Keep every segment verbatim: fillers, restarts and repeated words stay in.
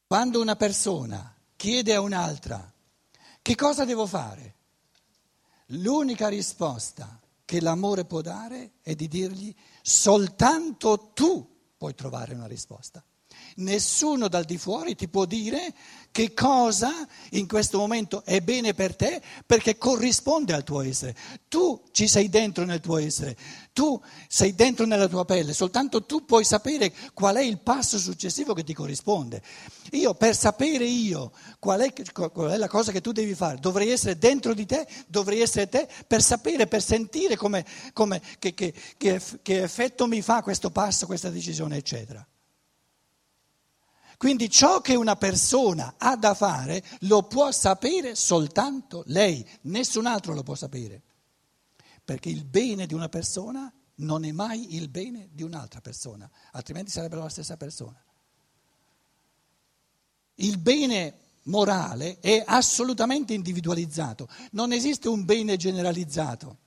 Quando una persona chiede a un'altra che cosa devo fare, l'unica risposta che l'amore può dare è di dirgli soltanto tu puoi trovare una risposta. Nessuno dal di fuori ti può dire che cosa in questo momento è bene per te perché corrisponde al tuo essere. Tu ci sei dentro nel tuo essere, tu sei dentro nella tua pelle, soltanto tu puoi sapere qual è il passo successivo che ti corrisponde. Io per sapere io qual è, qual è la cosa che tu devi fare, dovrei essere dentro di te, dovrei essere te per sapere, per sentire come, come, che, che, che, che effetto mi fa questo passo, questa decisione, eccetera. Quindi ciò che una persona ha da fare lo può sapere soltanto lei, nessun altro lo può sapere, perché il bene di una persona non è mai il bene di un'altra persona, altrimenti sarebbe la stessa persona. Il bene morale è assolutamente individualizzato, non esiste un bene generalizzato,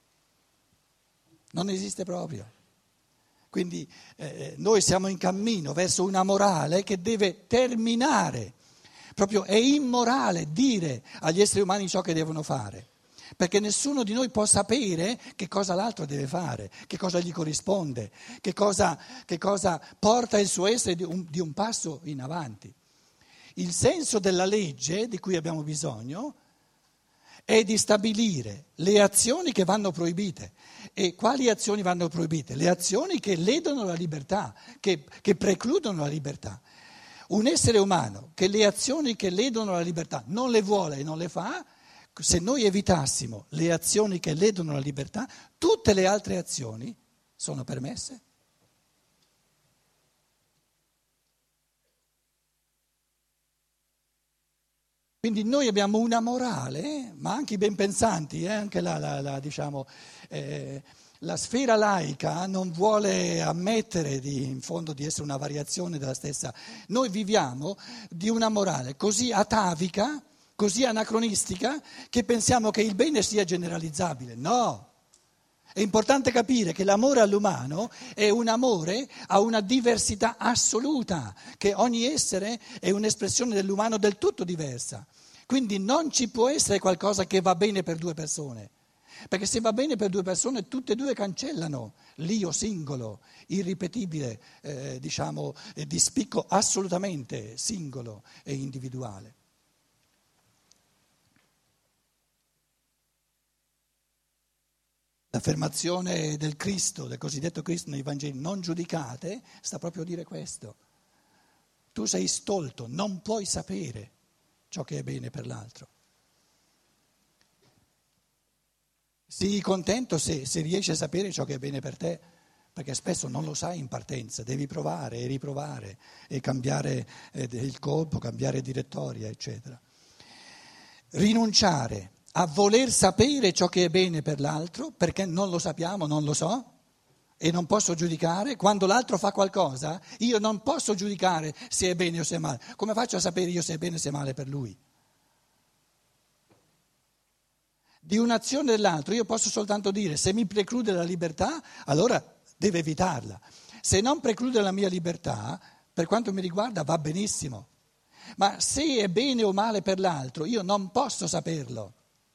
non esiste proprio. Quindi eh, noi siamo in cammino verso una morale che deve terminare. Proprio è immorale dire agli esseri umani ciò che devono fare, perché nessuno di noi può sapere che cosa l'altro deve fare, che cosa gli corrisponde, che cosa, che cosa porta il suo essere di un, di un passo in avanti. Il senso della legge di cui abbiamo bisogno è di stabilire le azioni che vanno proibite. E quali azioni vanno proibite? Le azioni che ledono la libertà, che, che precludono la libertà. Un essere umano che le azioni che ledono la libertà non le vuole e non le fa, se noi evitassimo le azioni che ledono la libertà, tutte le altre azioni sono permesse. Quindi noi abbiamo una morale, ma anche i ben pensanti, eh, anche la, la, la, diciamo, eh, la sfera laica non vuole ammettere di, in fondo di essere una variazione della stessa. Noi viviamo di una morale così atavica, così anacronistica, che pensiamo che il bene sia generalizzabile. No! È importante capire che l'amore all'umano è un amore a una diversità assoluta, che ogni essere è un'espressione dell'umano del tutto diversa. Quindi non ci può essere qualcosa che va bene per due persone, perché se va bene per due persone tutte e due cancellano l'io singolo, irripetibile, eh, diciamo, eh, di spicco assolutamente singolo e individuale. L'affermazione del Cristo, del cosiddetto Cristo nei Vangeli, non giudicate, sta proprio a dire questo. Tu sei stolto, non puoi sapere ciò che è bene per l'altro. Sii contento se, se riesci a sapere ciò che è bene per te, perché spesso non lo sai in partenza, devi provare e riprovare e cambiare eh, il colpo, cambiare direttoria, eccetera. Rinunciare a voler sapere ciò che è bene per l'altro, perché non lo sappiamo, non lo so, e non posso giudicare. Quando l'altro fa qualcosa, io non posso giudicare se è bene o se è male. Come faccio a sapere io se è bene o se è male per lui? Di un'azione dell'altro io posso soltanto dire: se mi preclude la libertà, allora deve evitarla. Se non preclude la mia libertà, per quanto mi riguarda va benissimo. Ma se è bene o male per l'altro, io non posso saperlo.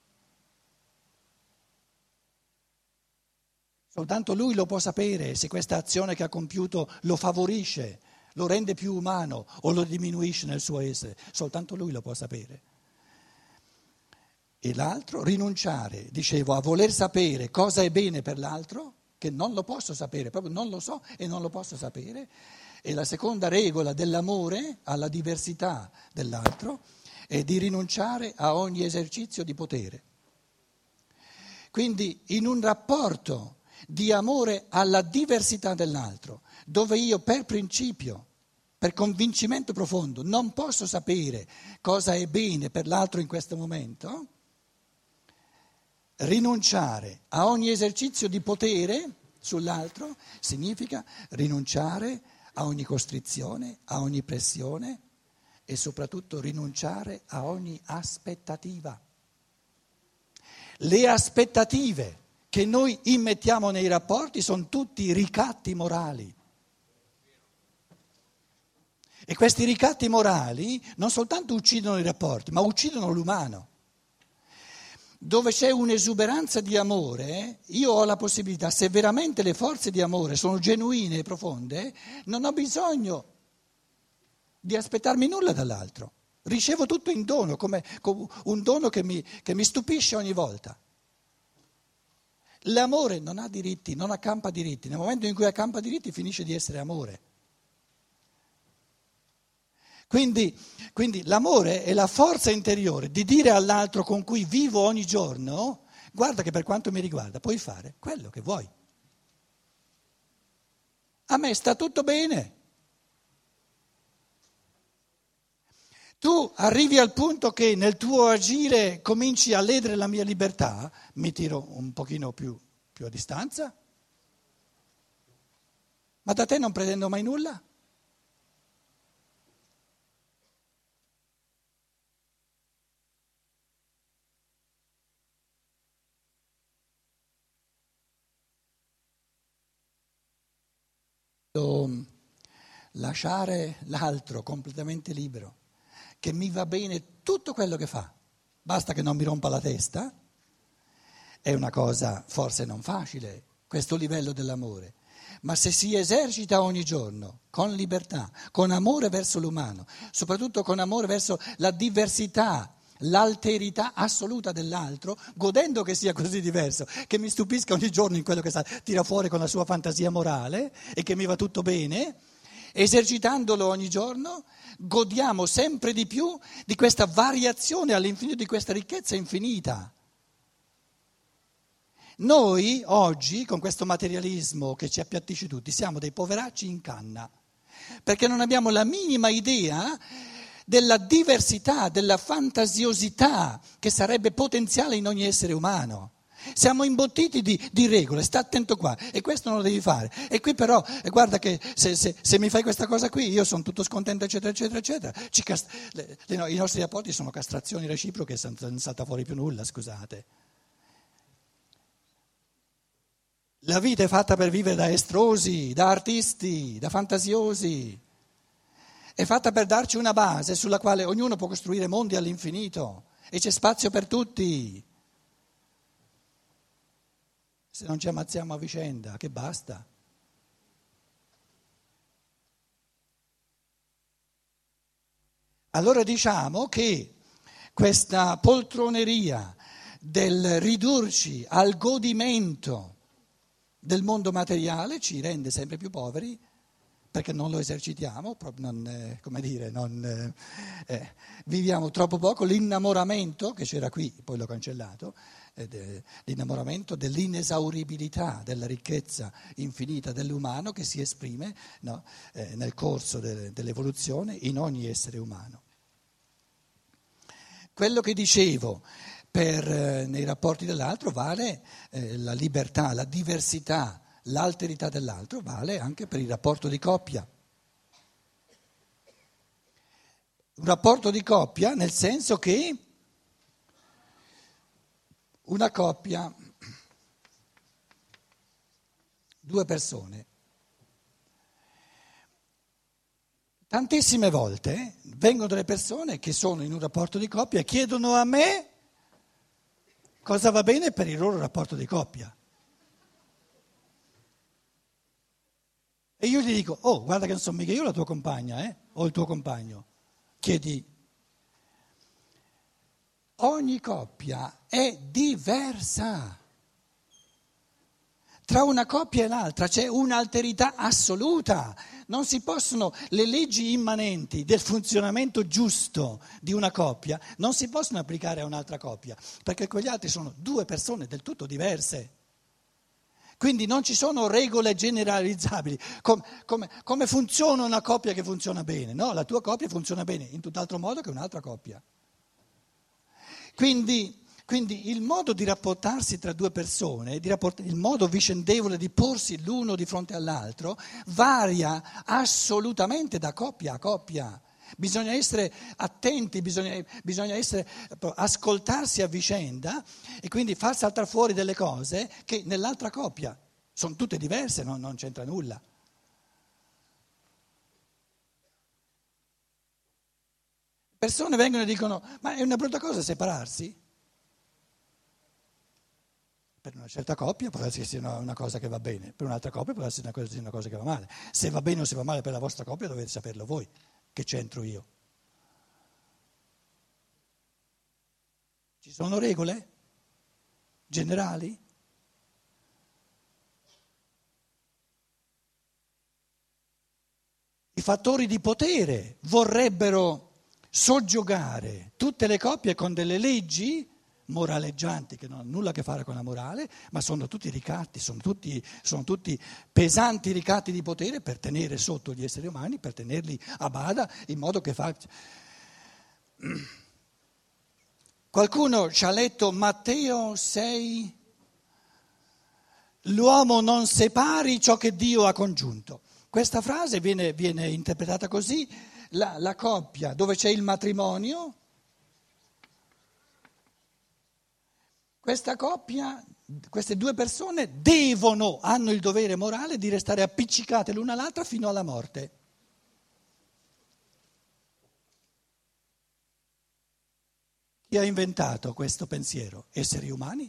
Soltanto lui lo può sapere se questa azione che ha compiuto lo favorisce, lo rende più umano o lo diminuisce nel suo essere. Soltanto lui lo può sapere. E l'altro, rinunciare, dicevo, a voler sapere cosa è bene per l'altro, che non lo posso sapere, proprio non lo so e non lo posso sapere. E la seconda regola dell'amore alla diversità dell'altro è di rinunciare a ogni esercizio di potere. Quindi in un rapporto di amore alla diversità dell'altro, dove io per principio, per convincimento profondo, non posso sapere cosa è bene per l'altro in questo momento, rinunciare a ogni esercizio di potere sull'altro significa rinunciare a ogni costrizione, a ogni pressione e soprattutto rinunciare a ogni aspettativa. Le aspettative che noi immettiamo nei rapporti sono tutti ricatti morali. E questi ricatti morali non soltanto uccidono i rapporti, ma uccidono l'umano. Dove c'è un'esuberanza di amore, io ho la possibilità, se veramente le forze di amore sono genuine e profonde, non ho bisogno di aspettarmi nulla dall'altro. Ricevo tutto in dono, come, come un dono che mi, che mi stupisce ogni volta. L'amore non ha diritti, non accampa diritti. Nel momento in cui accampa diritti finisce di essere amore. Quindi, quindi l'amore è la forza interiore di dire all'altro con cui vivo ogni giorno: guarda che per quanto mi riguarda puoi fare quello che vuoi. A me sta tutto bene. Tu arrivi al punto che nel tuo agire cominci a ledere la mia libertà, mi tiro un pochino più, più a distanza. Ma da te non pretendo mai nulla. Lasciare l'altro completamente libero, che mi va bene tutto quello che fa, basta che non mi rompa la testa, è una cosa forse non facile, questo livello dell'amore, ma se si esercita ogni giorno con libertà, con amore verso l'umano, soprattutto con amore verso la diversità, l'alterità assoluta dell'altro, godendo che sia così diverso, che mi stupisca ogni giorno in quello che sa, tira fuori con la sua fantasia morale e che mi va tutto bene, esercitandolo ogni giorno, godiamo sempre di più di questa variazione all'infinito, di questa ricchezza infinita. Noi oggi, con questo materialismo che ci appiattisce tutti, siamo dei poveracci in canna, perché non abbiamo la minima idea della diversità, della fantasiosità che sarebbe potenziale in ogni essere umano. Siamo imbottiti di, di regole, sta attento qua, e questo non lo devi fare. E qui però, eh, guarda che se, se, se mi fai questa cosa qui io sono tutto scontento, eccetera, eccetera, eccetera. Ci cast- le, le, no, I nostri rapporti sono castrazioni reciproche, non salta fuori più nulla, scusate. La vita è fatta per vivere da estrosi, da artisti, da fantasiosi. È fatta per darci una base sulla quale ognuno può costruire mondi all'infinito e c'è spazio per tutti. Se non ci ammazziamo a vicenda, che basta. Allora diciamo che questa poltroneria del ridurci al godimento del mondo materiale ci rende sempre più poveri, perché non lo esercitiamo, non, eh, come dire, non, eh, eh, viviamo troppo poco. L'innamoramento, che c'era qui, poi l'ho cancellato, eh, de, l'innamoramento dell'inesauribilità della ricchezza infinita dell'umano che si esprime, no, eh, nel corso de, dell'evoluzione in ogni essere umano. Quello che dicevo per, eh, nei rapporti dell'altro vale eh, la libertà, la diversità, l'alterità dell'altro vale anche per il rapporto di coppia. Un rapporto di coppia nel senso che una coppia, due persone, tantissime volte vengono delle persone che sono in un rapporto di coppia e chiedono a me cosa va bene per il loro rapporto di coppia. E io gli dico: oh, guarda che non sono mica io la tua compagna, eh? O il tuo compagno. Chiedi. Ogni coppia è diversa. Tra una coppia e l'altra c'è un'alterità assoluta. Non si possono, le leggi immanenti del funzionamento giusto di una coppia non si possono applicare a un'altra coppia, perché quegli altri sono due persone del tutto diverse. Quindi non ci sono regole generalizzabili. Come, come, come funziona una coppia che funziona bene? No, la tua coppia funziona bene in tutt'altro modo che un'altra coppia. Quindi, quindi il modo di rapportarsi tra due persone, di rapport- il modo vicendevole di porsi l'uno di fronte all'altro, varia assolutamente da coppia a coppia. Bisogna essere attenti, bisogna, bisogna essere, ascoltarsi a vicenda e quindi far saltare fuori delle cose che nell'altra coppia sono tutte diverse, no? Non c'entra nulla. Persone vengono e dicono, ma è una brutta cosa separarsi? Per una certa coppia può essere che sia una, una cosa che va bene, per un'altra coppia può essere una cosa, una cosa che va male. Se va bene o se va male per la vostra coppia dovete saperlo voi, che c'entro io. Ci sono regole generali? I fattori di potere vorrebbero soggiogare tutte le coppie con delle leggi moraleggianti che non hanno nulla a che fare con la morale, ma sono tutti ricatti, sono tutti, sono tutti pesanti ricatti di potere per tenere sotto gli esseri umani, per tenerli a bada, in modo che fa... Qualcuno ci ha letto Matteo sei, l'uomo non separi ciò che Dio ha congiunto. Questa frase viene, viene interpretata così, la, la coppia dove c'è il matrimonio, questa coppia, queste due persone devono, hanno il dovere morale di restare appiccicate l'una all'altra fino alla morte. Chi ha inventato questo pensiero? Esseri umani?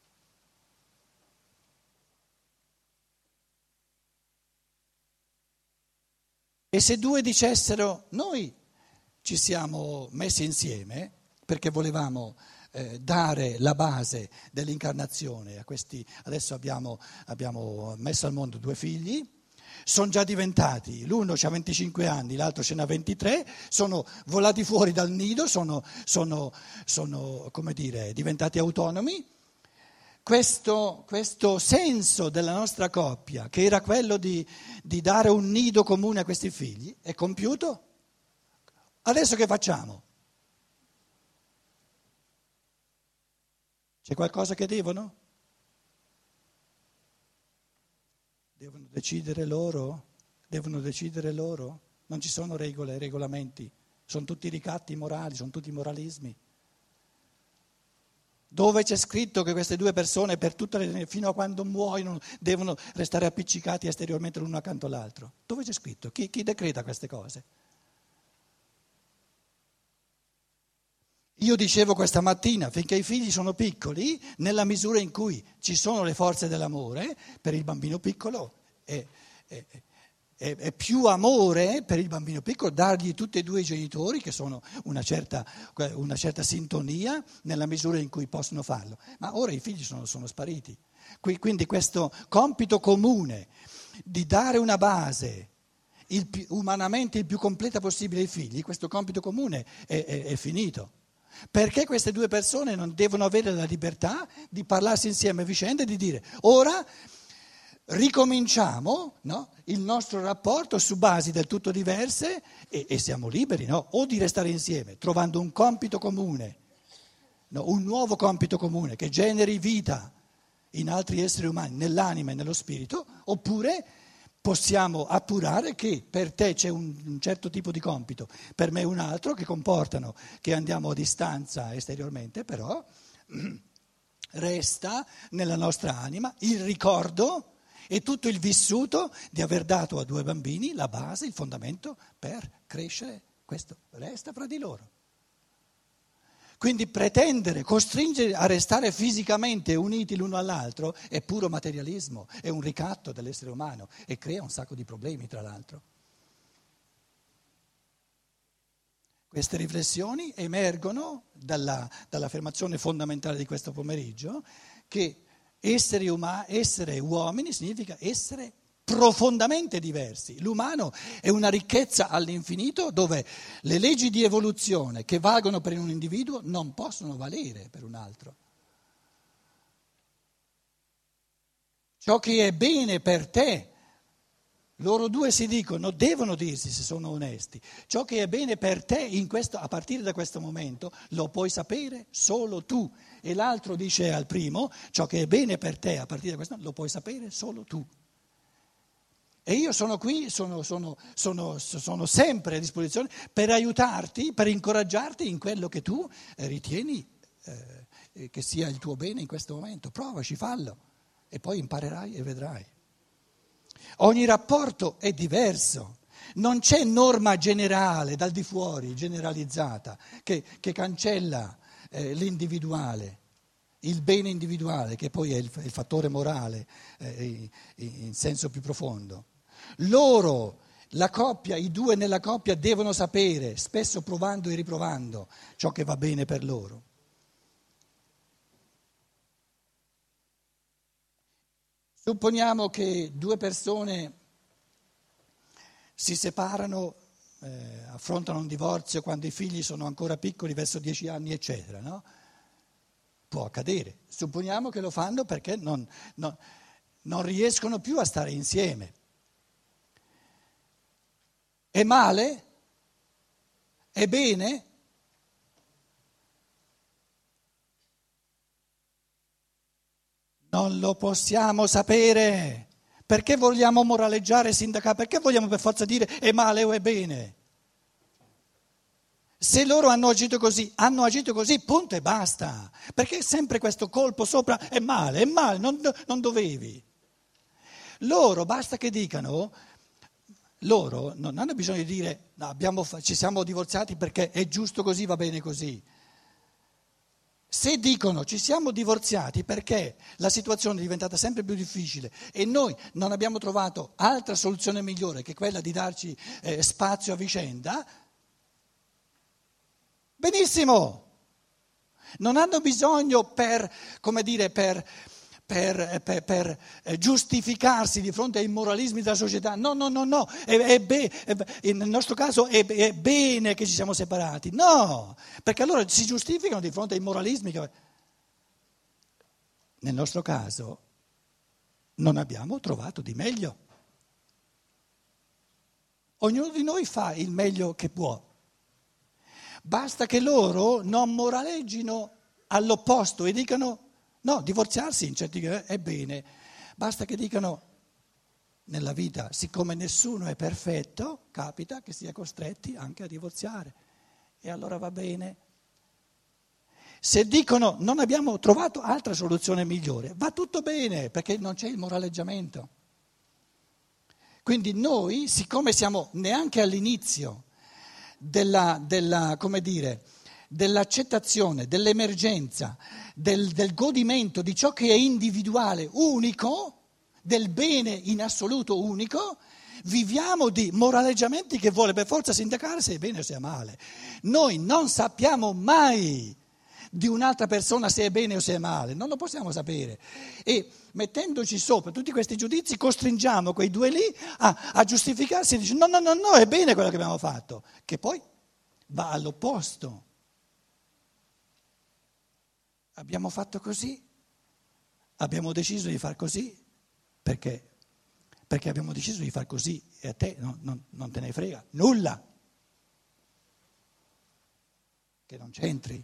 E se due dicessero, noi ci siamo messi insieme perché volevamo eh, dare la base dell'incarnazione a questi, adesso abbiamo, abbiamo messo al mondo due figli, sono già diventati, l'uno ha venticinque anni, l'altro ce n'ha ventitré, sono volati fuori dal nido, sono, sono, sono come dire, diventati autonomi. Questo, questo senso della nostra coppia, che era quello di, di dare un nido comune a questi figli, è compiuto? Adesso che facciamo? C'è qualcosa che devono? Devono decidere loro? Devono decidere loro? Non ci sono regole, regolamenti, sono tutti ricatti morali, sono tutti moralismi. Dove c'è scritto che queste due persone per tutte le, fino a quando muoiono devono restare appiccicati esteriormente l'uno accanto all'altro? Dove c'è scritto? Chi, chi decreta queste cose? Io dicevo questa mattina, finché i figli sono piccoli, nella misura in cui ci sono le forze dell'amore, per il bambino piccolo è, è, è, è più amore per il bambino piccolo dargli tutti e due i genitori, che sono una certa, una certa sintonia, nella misura in cui possono farlo. Ma ora i figli sono, sono spariti. Quindi questo compito comune di dare una base il più, umanamente il più completa possibile ai figli, questo compito comune è, è, è finito. Perché queste due persone non devono avere la libertà di parlarsi insieme a vicenda e di dire ora ricominciamo, no, il nostro rapporto su basi del tutto diverse e, e siamo liberi, no, o di restare insieme trovando un compito comune, no, un nuovo compito comune che generi vita in altri esseri umani, nell'anima e nello spirito, oppure possiamo appurare che per te c'è un, un certo tipo di compito, per me un altro, che comportano che andiamo a distanza esteriormente, però resta nella nostra anima il ricordo e tutto il vissuto di aver dato a due bambini la base, il fondamento per crescere. Questo resta fra di loro. Quindi pretendere, costringere a restare fisicamente uniti l'uno all'altro è puro materialismo, è un ricatto dell'essere umano e crea un sacco di problemi, tra l'altro. Queste riflessioni emergono dalla, dall'affermazione fondamentale di questo pomeriggio che essere, umani, essere uomini significa essere profondamente diversi. L'umano è una ricchezza all'infinito dove le leggi di evoluzione che valgono per un individuo non possono valere per un altro. Ciò che è bene per te, loro due si dicono, devono dirsi se sono onesti, ciò che è bene per te in questo, a partire da questo momento lo puoi sapere solo tu. E l'altro dice al primo, ciò che è bene per te a partire da questo momento lo puoi sapere solo tu. E io sono qui, sono, sono, sono, sono sempre a disposizione per aiutarti, per incoraggiarti in quello che tu ritieni eh, che sia il tuo bene in questo momento. Provaci, fallo e poi imparerai e vedrai. Ogni rapporto è diverso. Non c'è norma generale, dal di fuori, generalizzata, che, che cancella eh, l'individuale, il bene individuale, che poi è il, il fattore morale eh, in senso più profondo. Loro, la coppia, i due nella coppia devono sapere, spesso provando e riprovando, ciò che va bene per loro. Supponiamo che due persone si separano, eh, affrontano un divorzio quando i figli sono ancora piccoli, verso dieci anni, eccetera, no? Può accadere. Supponiamo che lo fanno perché non, non, non riescono più a stare insieme. È male? È bene? Non lo possiamo sapere. Perché vogliamo moraleggiare, sindacare? Perché vogliamo per forza dire è male o è bene? Se loro hanno agito così, hanno agito così, punto e basta. Perché sempre questo colpo sopra è male, è male, non, non dovevi. Loro basta che dicano, loro non hanno bisogno di dire no, abbiamo, ci siamo divorziati perché è giusto così, va bene così. Se dicono ci siamo divorziati perché la situazione è diventata sempre più difficile e noi non abbiamo trovato altra soluzione migliore che quella di darci eh, spazio a vicenda, benissimo, non hanno bisogno per, come dire, per, per, per, per giustificarsi di fronte ai moralismi della società. No, no, no, no, è, è be- è, nel nostro caso è, è bene che ci siamo separati. No, perché allora si giustificano di fronte ai moralismi. Che... Nel nostro caso non abbiamo trovato di meglio. Ognuno di noi fa il meglio che può. Basta che loro non moraleggino all'opposto e dicano no, divorziarsi in certi casi è bene. Basta che dicano nella vita, siccome nessuno è perfetto, capita che si è costretti anche a divorziare. E allora va bene. Se dicono non abbiamo trovato altra soluzione migliore, va tutto bene perché non c'è il moraleggiamento. Quindi noi, siccome siamo neanche all'inizio della, della, come dire, dell'accettazione, dell'emergenza, del, del godimento di ciò che è individuale, unico, del bene in assoluto unico, viviamo di moraleggiamenti che vuole per forza sindacare se è bene o se è male. Noi non sappiamo mai di un'altra persona se è bene o se è male, non lo possiamo sapere. E mettendoci sopra tutti questi giudizi costringiamo quei due lì a, a giustificarsi e dice no, no, no, no, è bene quello che abbiamo fatto, che poi va all'opposto. Abbiamo fatto così, abbiamo deciso di far così, perché? Perché abbiamo deciso di far così e a te no, non, non te ne frega nulla, che non c'entri.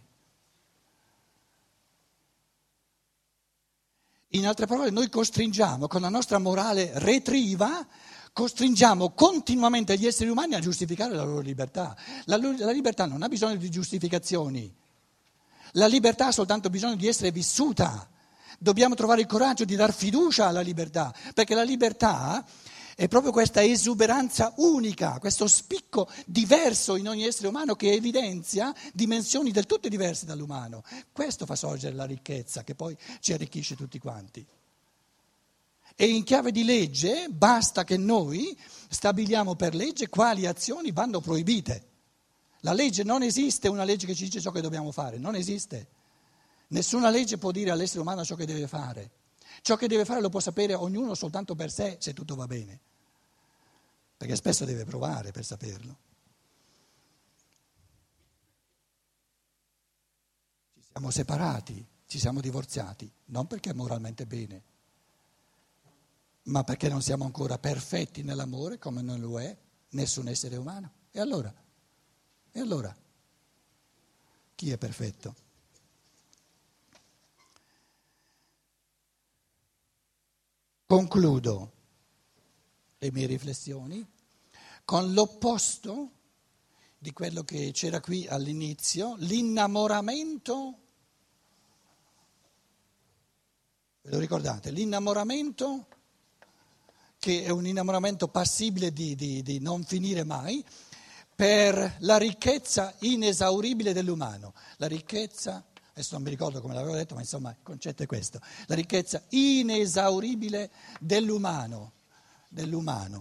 In altre parole, noi costringiamo con la nostra morale retriva, costringiamo continuamente gli esseri umani a giustificare la loro libertà. La, la libertà non ha bisogno di giustificazioni, la libertà ha soltanto bisogno di essere vissuta. Dobbiamo trovare il coraggio di dar fiducia alla libertà, perché la libertà è proprio questa esuberanza unica, questo spicco diverso in ogni essere umano che evidenzia dimensioni del tutto diverse dall'umano. Questo fa sorgere la ricchezza che poi ci arricchisce tutti quanti. E in chiave di legge basta che noi stabiliamo per legge quali azioni vanno proibite. La legge non esiste, una legge che ci dice ciò che dobbiamo fare, non esiste. Nessuna legge può dire all'essere umano ciò che deve fare. Ciò che deve fare lo può sapere ognuno soltanto per sé, se tutto va bene, perché spesso deve provare per saperlo. Ci siamo separati, ci siamo divorziati, non perché è moralmente bene, ma perché non siamo ancora perfetti nell'amore come non lo è nessun essere umano. E allora? E allora? Chi è perfetto? Concludo le mie riflessioni con l'opposto di quello che c'era qui all'inizio, l'innamoramento, ve lo ricordate, l'innamoramento che è un innamoramento passibile di, di, di non finire mai, per la ricchezza inesauribile dell'umano. La ricchezza, adesso non mi ricordo come l'avevo detto, ma insomma il concetto è questo, la ricchezza inesauribile dell'umano, dell'umano.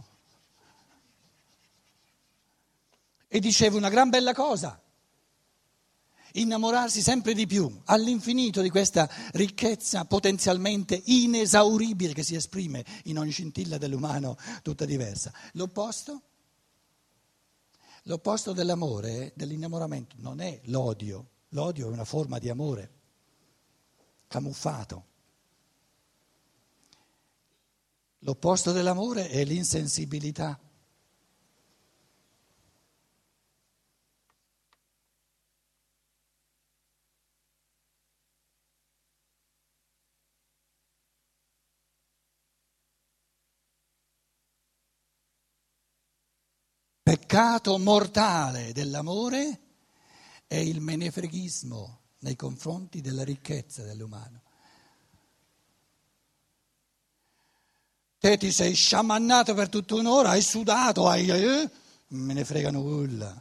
E dicevo una gran bella cosa, innamorarsi sempre di più, all'infinito di questa ricchezza potenzialmente inesauribile che si esprime in ogni scintilla dell'umano tutta diversa. L'opposto? L'opposto dell'amore, dell'innamoramento, non è l'odio. L'odio è una forma di amore, camuffato. L'opposto dell'amore è l'insensibilità. Peccato mortale dell'amore è il menefreghismo nei confronti della ricchezza dell'umano. Te ti sei sciamannato per tutta un'ora, hai sudato, hai, eh? Non me ne frega nulla.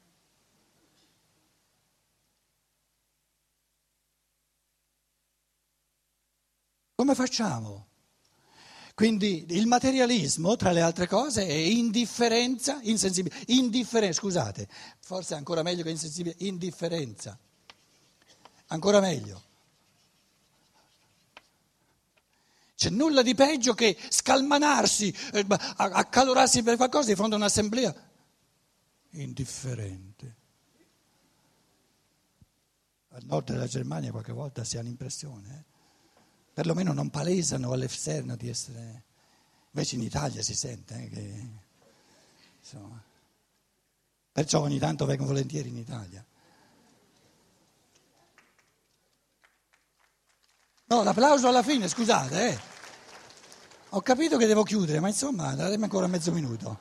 Come facciamo? Quindi il materialismo, tra le altre cose, è indifferenza, insensibilità, indifferenza, scusate, forse è ancora meglio che insensibilità, indifferenza, ancora meglio. C'è nulla di peggio che scalmanarsi, eh, accalorarsi per qualcosa di fronte a un'assemblea indifferente. Al nord della Germania qualche volta si ha l'impressione, eh? Perlomeno non palesano all'esterno di essere, invece in Italia si sente eh, che, insomma, perciò ogni tanto vengo volentieri in Italia. No, l'applauso alla fine, scusate, eh. Ho capito che devo chiudere, ma insomma, datemi ancora mezzo minuto.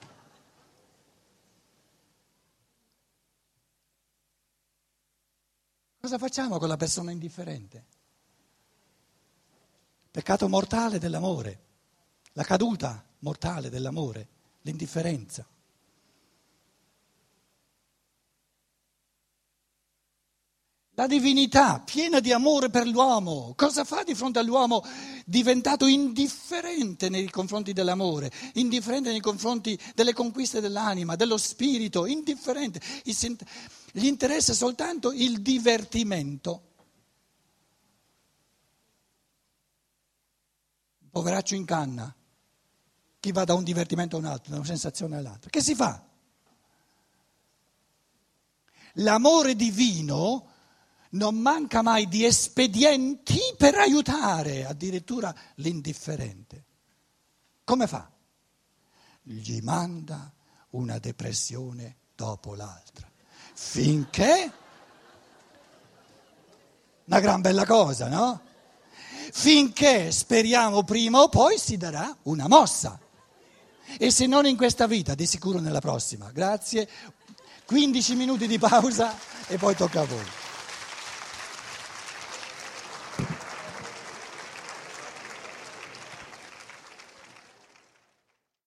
Cosa facciamo con la persona indifferente? Peccato mortale dell'amore, la caduta mortale dell'amore, l'indifferenza. La divinità piena di amore per l'uomo, cosa fa di fronte all'uomo diventato indifferente nei confronti dell'amore, indifferente nei confronti delle conquiste dell'anima, dello spirito, indifferente. Gli interessa soltanto il divertimento. Poveraccio in canna, chi va da un divertimento a un altro, da una sensazione all'altra. Che si fa? L'amore divino non manca mai di espedienti per aiutare addirittura l'indifferente. Come fa? Gli manda una depressione dopo l'altra, finché, una gran bella cosa, no? Finché speriamo prima o poi si darà una mossa. E se non in questa vita, di sicuro nella prossima. Grazie. quindici minuti di pausa e poi tocca a voi.